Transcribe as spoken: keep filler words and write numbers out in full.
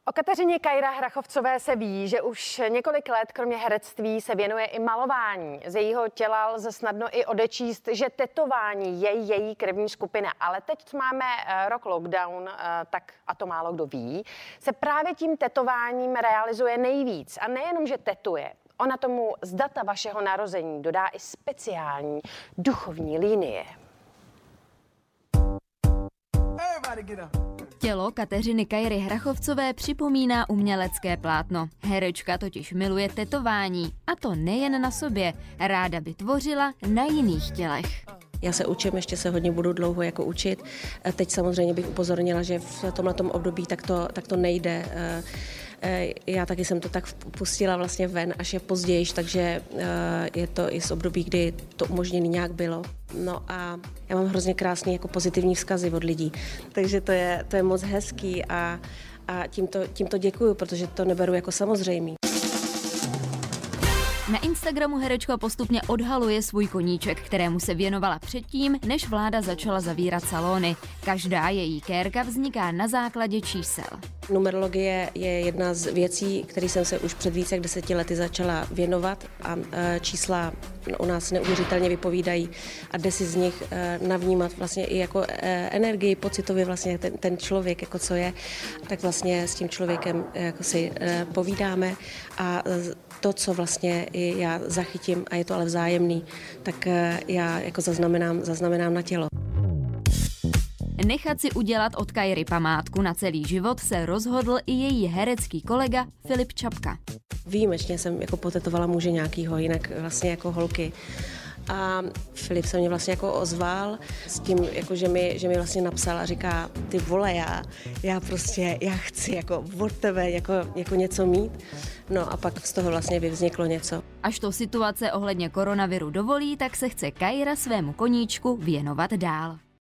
O Kateřině Kaira Hrachovcové se ví, že už několik let kromě herectví se věnuje i malování. Z jejího těla lze snadno i odečíst, že tetování je její krevní skupina. Ale teď, co máme rok lockdown, tak a to málo kdo ví, se právě tím tetováním realizuje nejvíc. A nejenom, že tetuje. Ona tomu z data vašeho narození dodá i speciální duchovní linie. Tělo Kateřiny Kairy Hrachovcové připomíná umělecké plátno. Herečka totiž miluje tetování, a to nejen na sobě. Ráda by tvořila na jiných tělech. Já se učím, ještě se hodně budu dlouho jako učit. Teď samozřejmě bych upozornila, že v tomhletom období tak to, tak to nejde. Já taky jsem to tak pustila vlastně ven, až je později, takže je to i z období, kdy to umožněné nějak bylo. No a já mám hrozně krásný jako pozitivní vzkazy od lidí, takže to je, to je moc hezký a, a tímto, tímto děkuju, protože to neberu jako samozřejmý. Na Instagramu herečka postupně odhaluje svůj koníček, kterému se věnovala předtím, než vláda začala zavírat salony. Každá její kérka vzniká na základě čísel. Numerologie je jedna z věcí, které jsem se už před více jak deseti lety začala věnovat a čísla u nás neuvěřitelně vypovídají a jde si z nich navnímat vlastně i jako energii, pocitově vlastně ten, ten člověk, jako co je, tak vlastně s tím člověkem jako si povídáme a to, co vlastně i já zachytím, a je to ale vzájemný, tak já jako zaznamenám, zaznamenám na tělo. Nechat si udělat od Kairy památku na celý život se rozhodl i její herecký kolega Filip Čapka. Výjimečně jsem jako potetovala muže nějakýho, jinak vlastně jako holky. A Filip se mě vlastně jako ozval s tím, jako že, mi, že mi vlastně napsal a říká, ty vole, já, já prostě, já chci jako od tebe jako, jako něco mít. No a pak z toho vlastně vyvzniklo něco. Až to situace ohledně koronaviru dovolí, tak se chce Kaira svému koníčku věnovat dál.